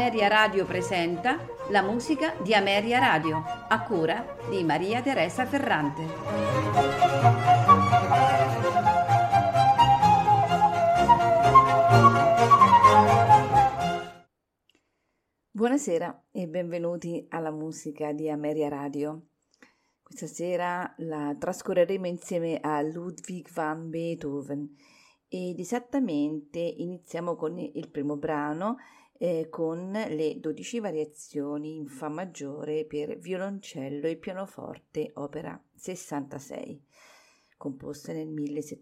Ameria Radio presenta la musica di Ameria Radio, a cura di Maria Teresa Ferrante. Buonasera e benvenuti alla musica di Ameria Radio. Questa sera la trascorreremo insieme a Ludwig van Beethoven ed esattamente iniziamo con il primo brano con le 12 variazioni in Fa maggiore per violoncello e pianoforte, opera 66, composte nel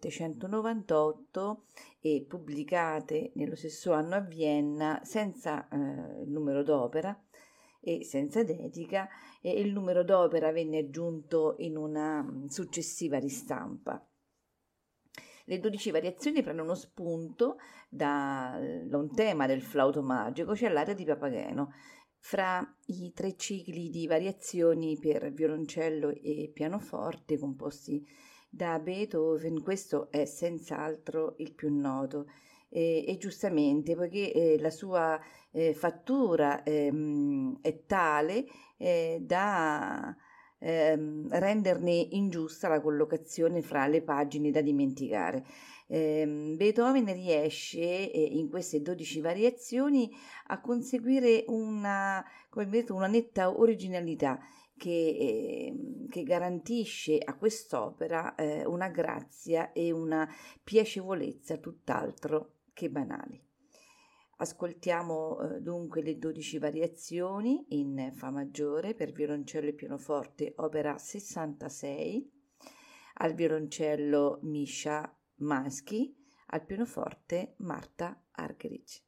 1798 e pubblicate nello stesso anno a Vienna senza numero d'opera e senza dedica, e il numero d'opera venne aggiunto in una successiva ristampa. Le 12 variazioni prendono spunto da un tema del flauto magico, cioè l'aria di Papageno. Fra i 3 cicli di variazioni per violoncello e pianoforte composti da Beethoven, questo è senz'altro il più noto. E giustamente, poiché la sua fattura è tale da renderne ingiusta la collocazione fra le pagine da dimenticare. Beethoven riesce in queste 12 variazioni a conseguire una netta originalità che garantisce a quest'opera una grazia e una piacevolezza tutt'altro che banali. Ascoltiamo dunque le 12 variazioni in Fa maggiore per violoncello e pianoforte, opera 66, al violoncello Misha Mansky, al pianoforte Marta Argerich.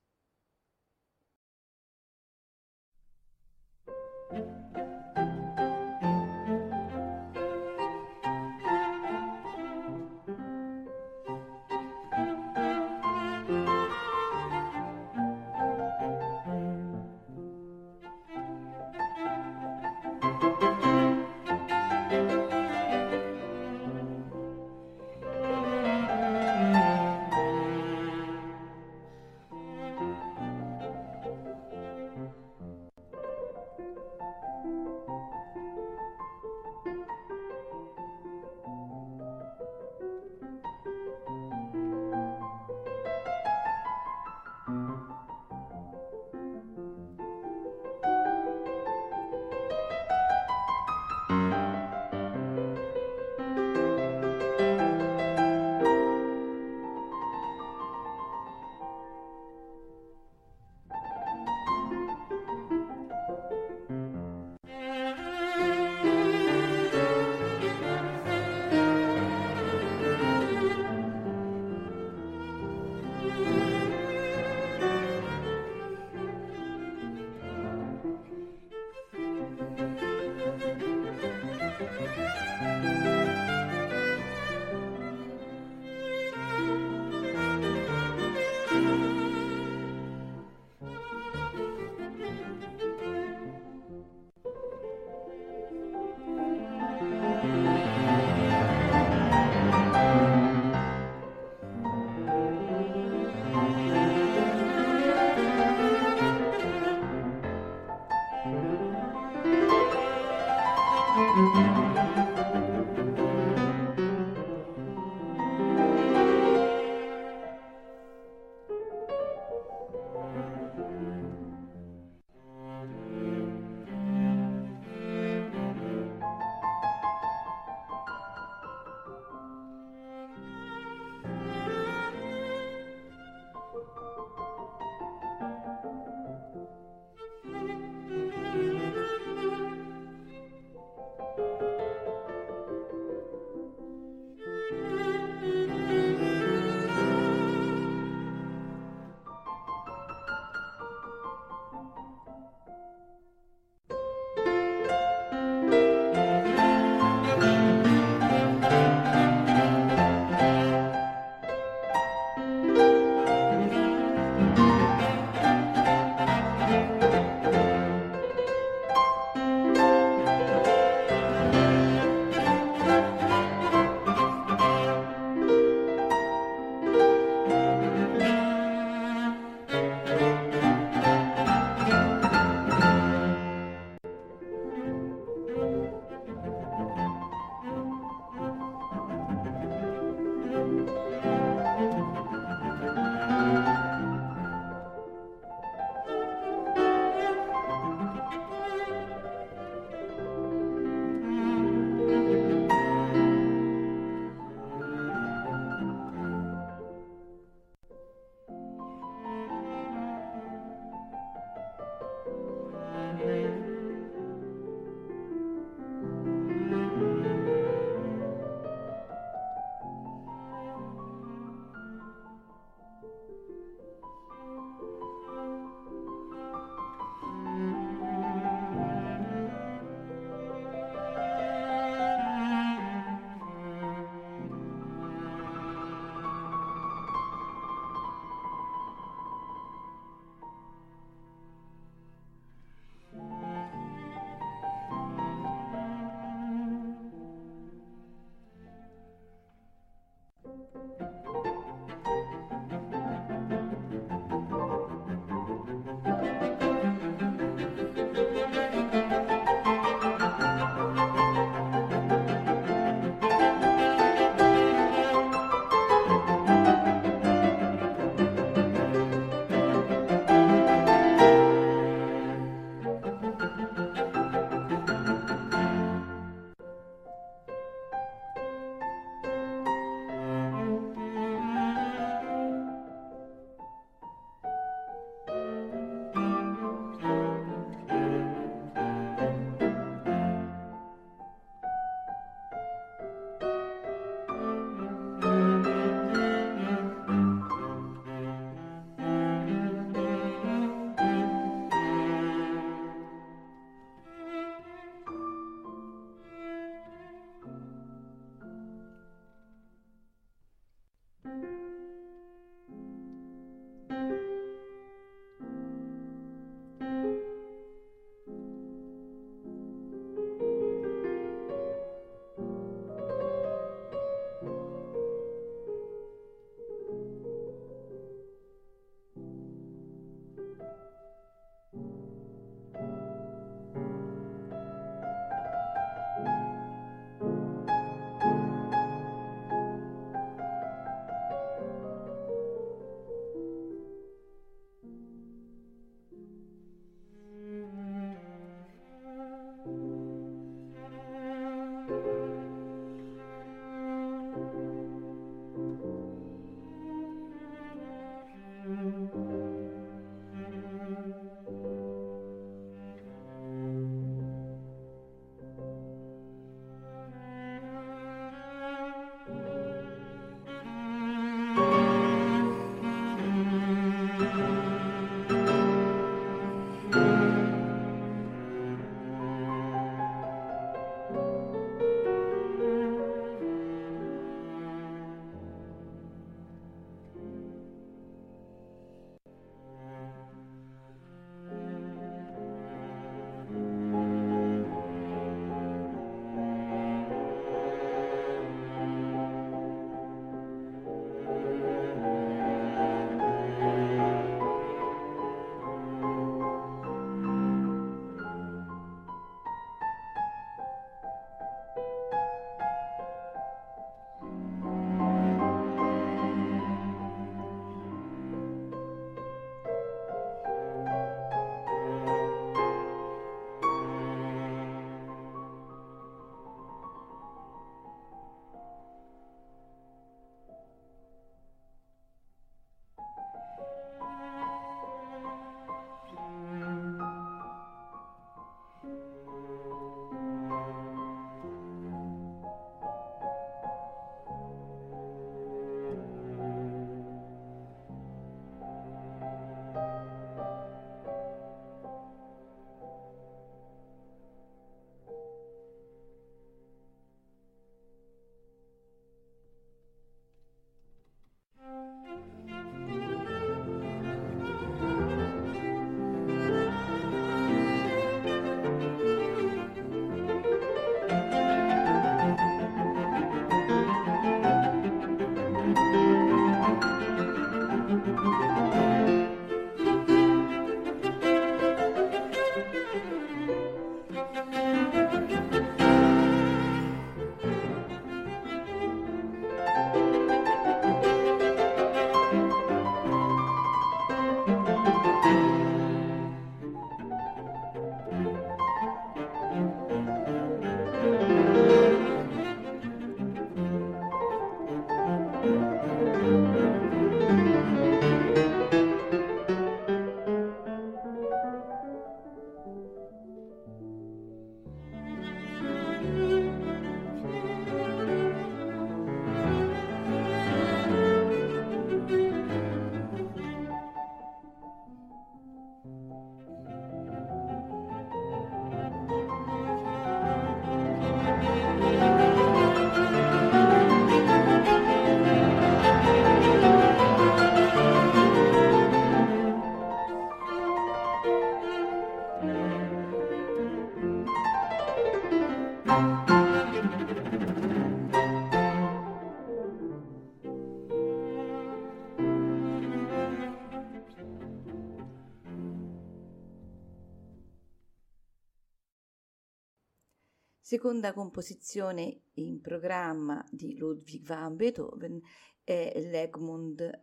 Seconda composizione in programma di Ludwig van Beethoven è l'Egmont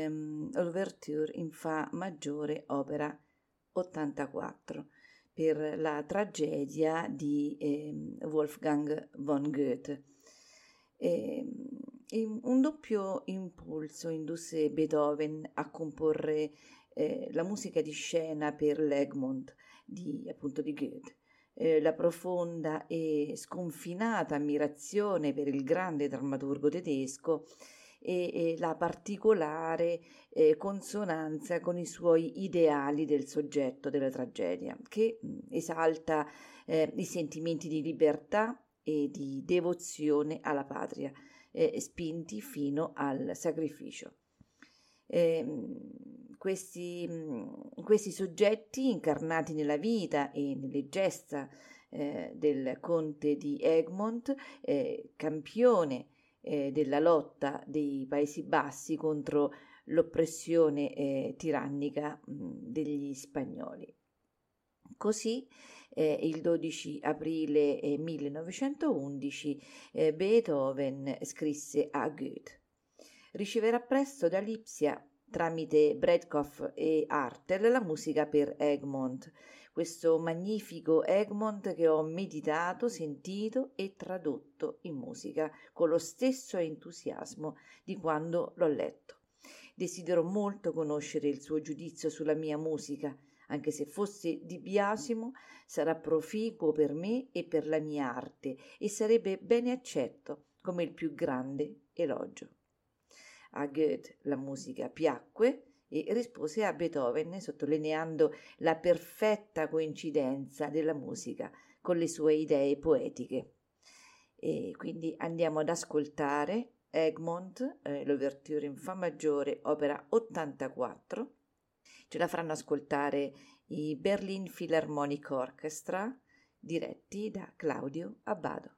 Ouverture in Fa maggiore, opera 84, per la tragedia di Wolfgang von Goethe. Un doppio impulso indusse Beethoven a comporre la musica di scena per l'Egmont appunto di Goethe. La profonda e sconfinata ammirazione per il grande drammaturgo tedesco e la particolare consonanza con i suoi ideali del soggetto della tragedia, che esalta i sentimenti di libertà e di devozione alla patria, spinti fino al sacrificio. Questi soggetti incarnati nella vita e nelle gesta del conte di Egmont, campione della lotta dei Paesi Bassi contro l'oppressione tirannica degli spagnoli. Così il 12 aprile 1911 Beethoven scrisse a Goethe: riceverà presto da Lipsia, tramite Breitkopf e Hartel, la musica per Egmont, questo magnifico Egmont che ho meditato, sentito e tradotto in musica con lo stesso entusiasmo di quando l'ho letto. Desidero molto conoscere il suo giudizio sulla mia musica, anche se fosse di biasimo, sarà proficuo per me e per la mia arte e sarebbe bene accetto come il più grande elogio. A Goethe la musica piacque e rispose a Beethoven sottolineando la perfetta coincidenza della musica con le sue idee poetiche. E quindi andiamo ad ascoltare Egmont, l'ouverture in fa maggiore, opera 84. Ce la faranno ascoltare i Berlin Philharmonic Orchestra, diretti da Claudio Abbado.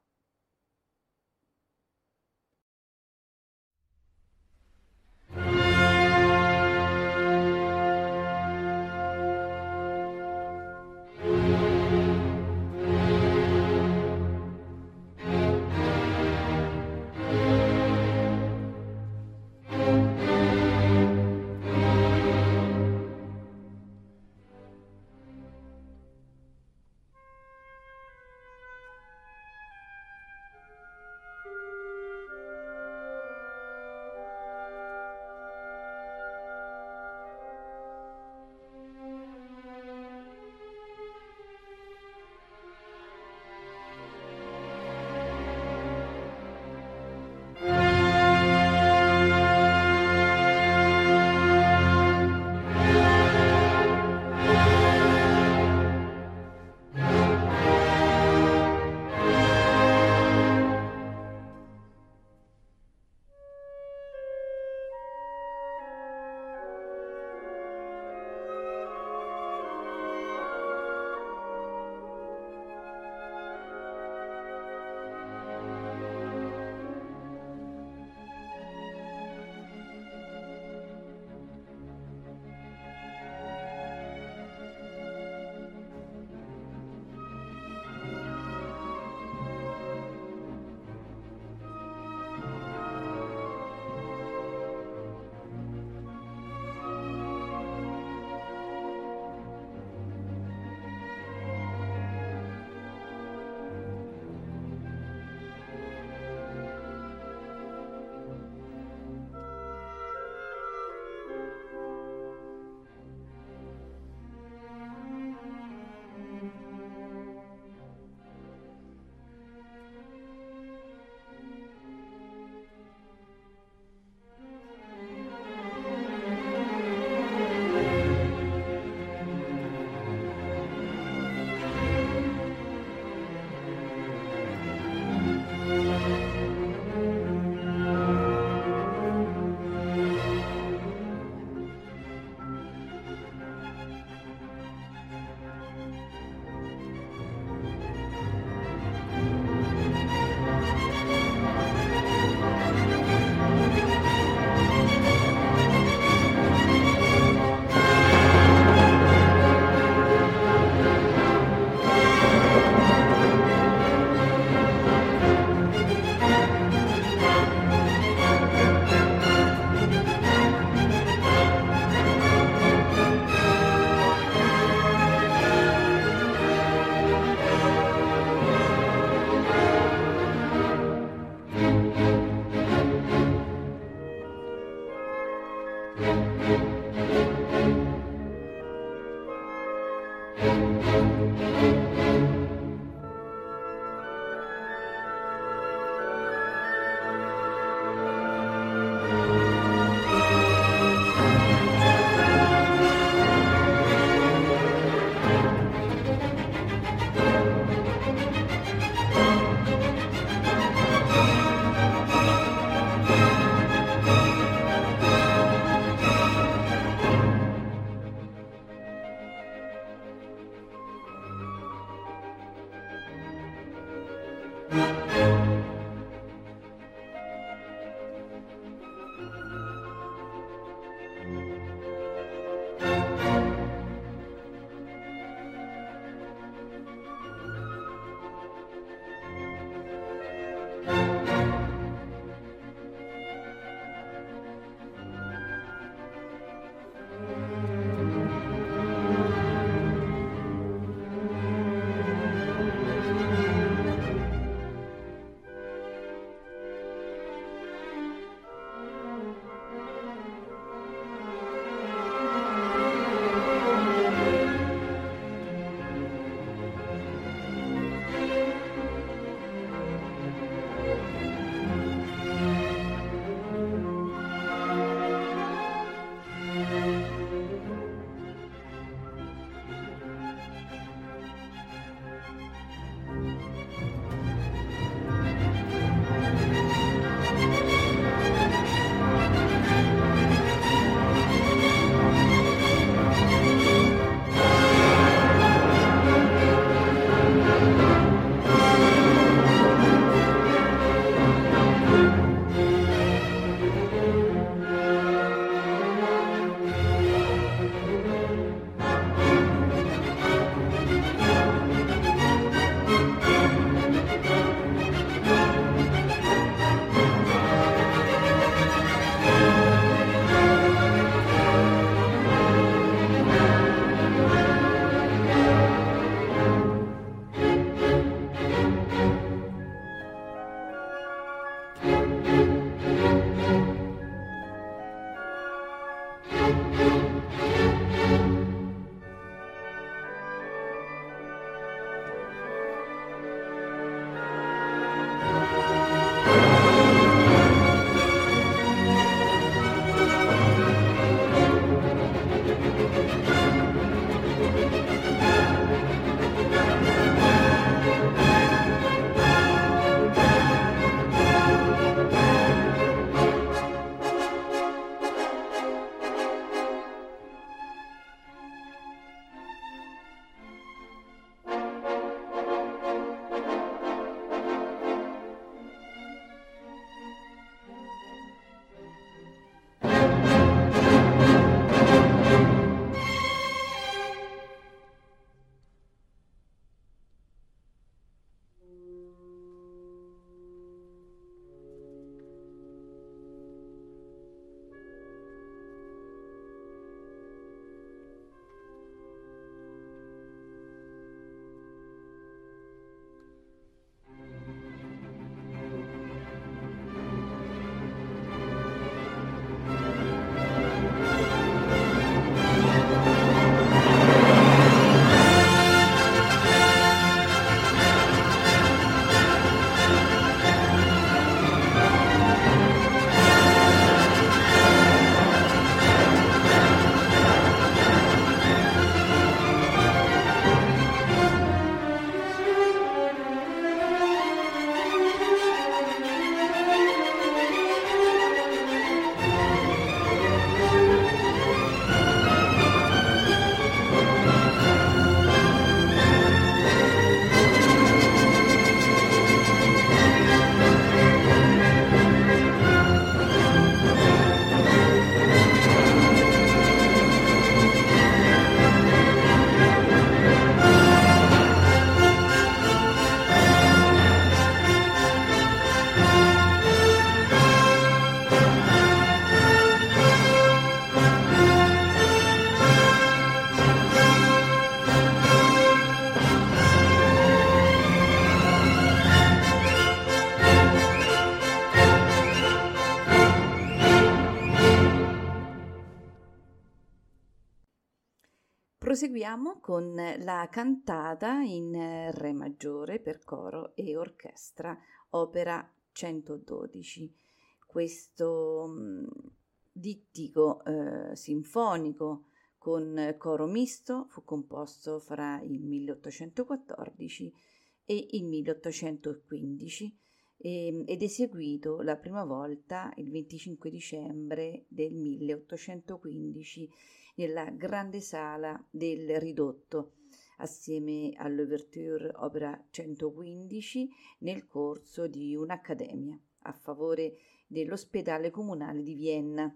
Proseguiamo con la cantata in re maggiore per coro e orchestra, opera 112. Questo dittico sinfonico con coro misto fu composto fra il 1814 e il 1815 ed eseguito la prima volta il 25 dicembre del 1815 nella grande sala del Ridotto, assieme all'Ouverture Opera 115 nel corso di un'accademia a favore dell'ospedale comunale di Vienna.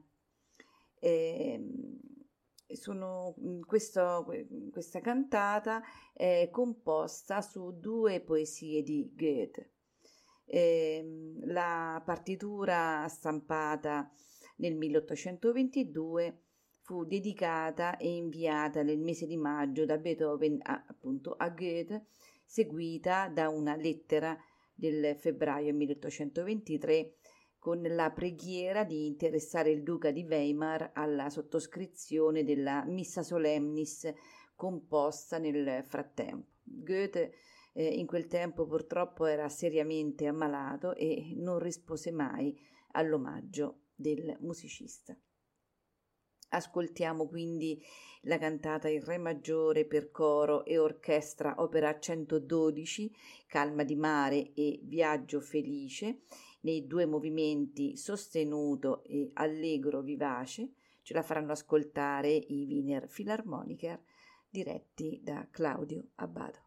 Questa cantata è composta su due poesie di Goethe. La partitura stampata nel 1822 fu dedicata e inviata nel mese di maggio da Beethoven a Goethe, seguita da una lettera del febbraio 1823 con la preghiera di interessare il duca di Weimar alla sottoscrizione della Missa Solemnis composta nel frattempo. Goethe in quel tempo purtroppo era seriamente ammalato e non rispose mai all'omaggio del musicista. Ascoltiamo quindi la cantata in re maggiore per coro e orchestra, opera 112, Calma di mare e Viaggio felice, nei due movimenti sostenuto e allegro vivace. Ce la faranno ascoltare i Wiener Philharmoniker diretti da Claudio Abbado.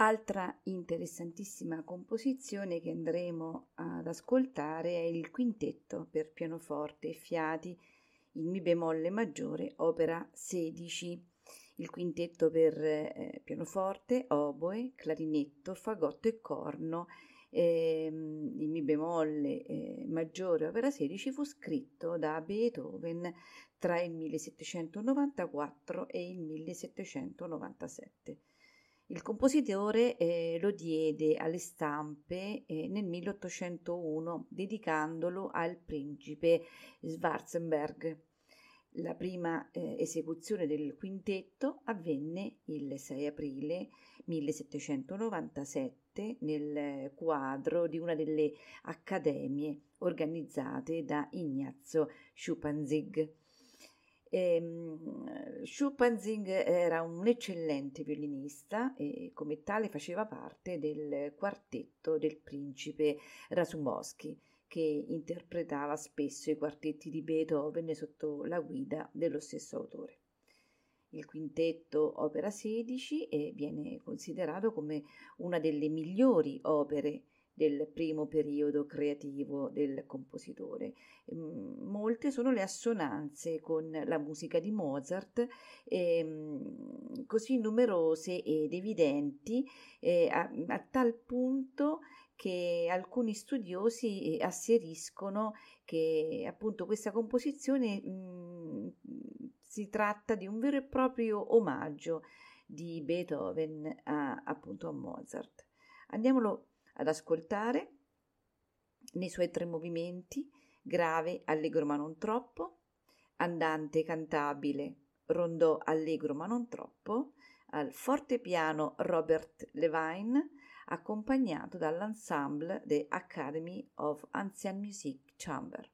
Altra interessantissima composizione che andremo ad ascoltare è il quintetto per pianoforte e fiati in Mi bemolle maggiore, opera 16. Il quintetto per pianoforte, oboe, clarinetto, fagotto e corno in Mi bemolle maggiore, opera 16, fu scritto da Beethoven tra il 1794 e il 1797. Il compositore lo diede alle stampe nel 1801, dedicandolo al principe Schwarzenberg. La prima esecuzione del quintetto avvenne il 6 aprile 1797 nel quadro di una delle accademie organizzate da Ignazio Schuppanzig. Schuppanzig era un eccellente violinista e come tale faceva parte del quartetto del principe Razumovsky, che interpretava spesso i quartetti di Beethoven sotto la guida dello stesso autore. Il quintetto opera 16 viene considerato come una delle migliori opere del primo periodo creativo del compositore. Molte sono le assonanze con la musica di Mozart, così numerose ed evidenti a tal punto che alcuni studiosi asseriscono che appunto questa composizione si tratta di un vero e proprio omaggio di Beethoven appunto a Mozart. Andiamolo ad ascoltare nei suoi 3 movimenti: grave, allegro ma non troppo, andante cantabile, rondò allegro ma non troppo, al fortepiano Robert Levine, accompagnato dall'ensemble The Academy of Ancient Music Chamber.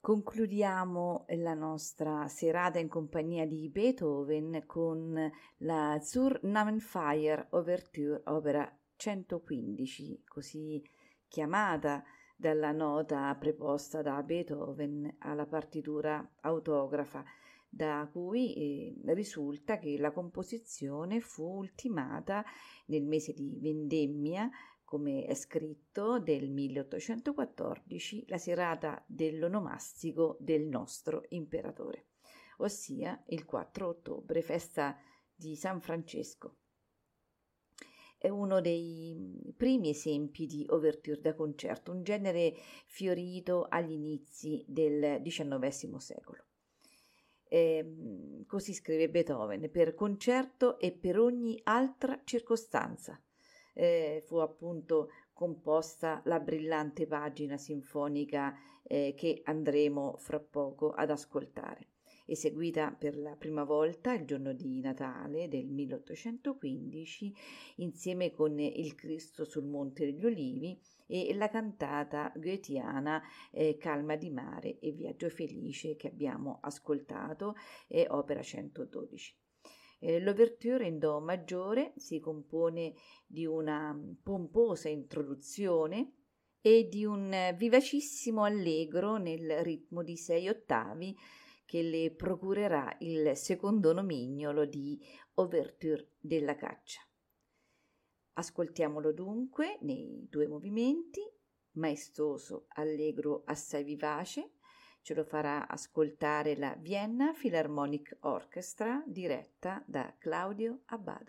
Concludiamo la nostra serata in compagnia di Beethoven con la Zur Namenfeier Ouverture, opera 115, così chiamata dalla nota preposta da Beethoven alla partitura autografa, da cui risulta che la composizione fu ultimata nel mese di vendemmia, come è scritto, del 1814, la serata dell'onomastico del nostro imperatore, ossia il 4 ottobre, festa di San Francesco. È uno dei primi esempi di ouverture da concerto, un genere fiorito agli inizi del XIX secolo. Così scrive Beethoven: per concerto e per ogni altra circostanza. Fu appunto composta la brillante pagina sinfonica che andremo fra poco ad ascoltare, eseguita per la prima volta il giorno di Natale del 1815 insieme con il Cristo sul Monte degli Ulivi e la cantata goetiana Calma di mare e Viaggio felice che abbiamo ascoltato, opera 112. L'ouverture in do maggiore si compone di una pomposa introduzione e di un vivacissimo allegro nel ritmo di 6 ottavi che le procurerà il secondo nomignolo di ouverture della caccia. Ascoltiamolo dunque nei 2 movimenti, maestoso, allegro, assai vivace. Ce lo farà ascoltare la Vienna Philharmonic Orchestra diretta da Claudio Abbado.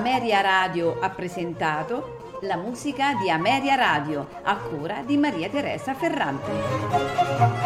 Ameria Radio ha presentato la musica di Ameria Radio, a cura di Maria Teresa Ferrante.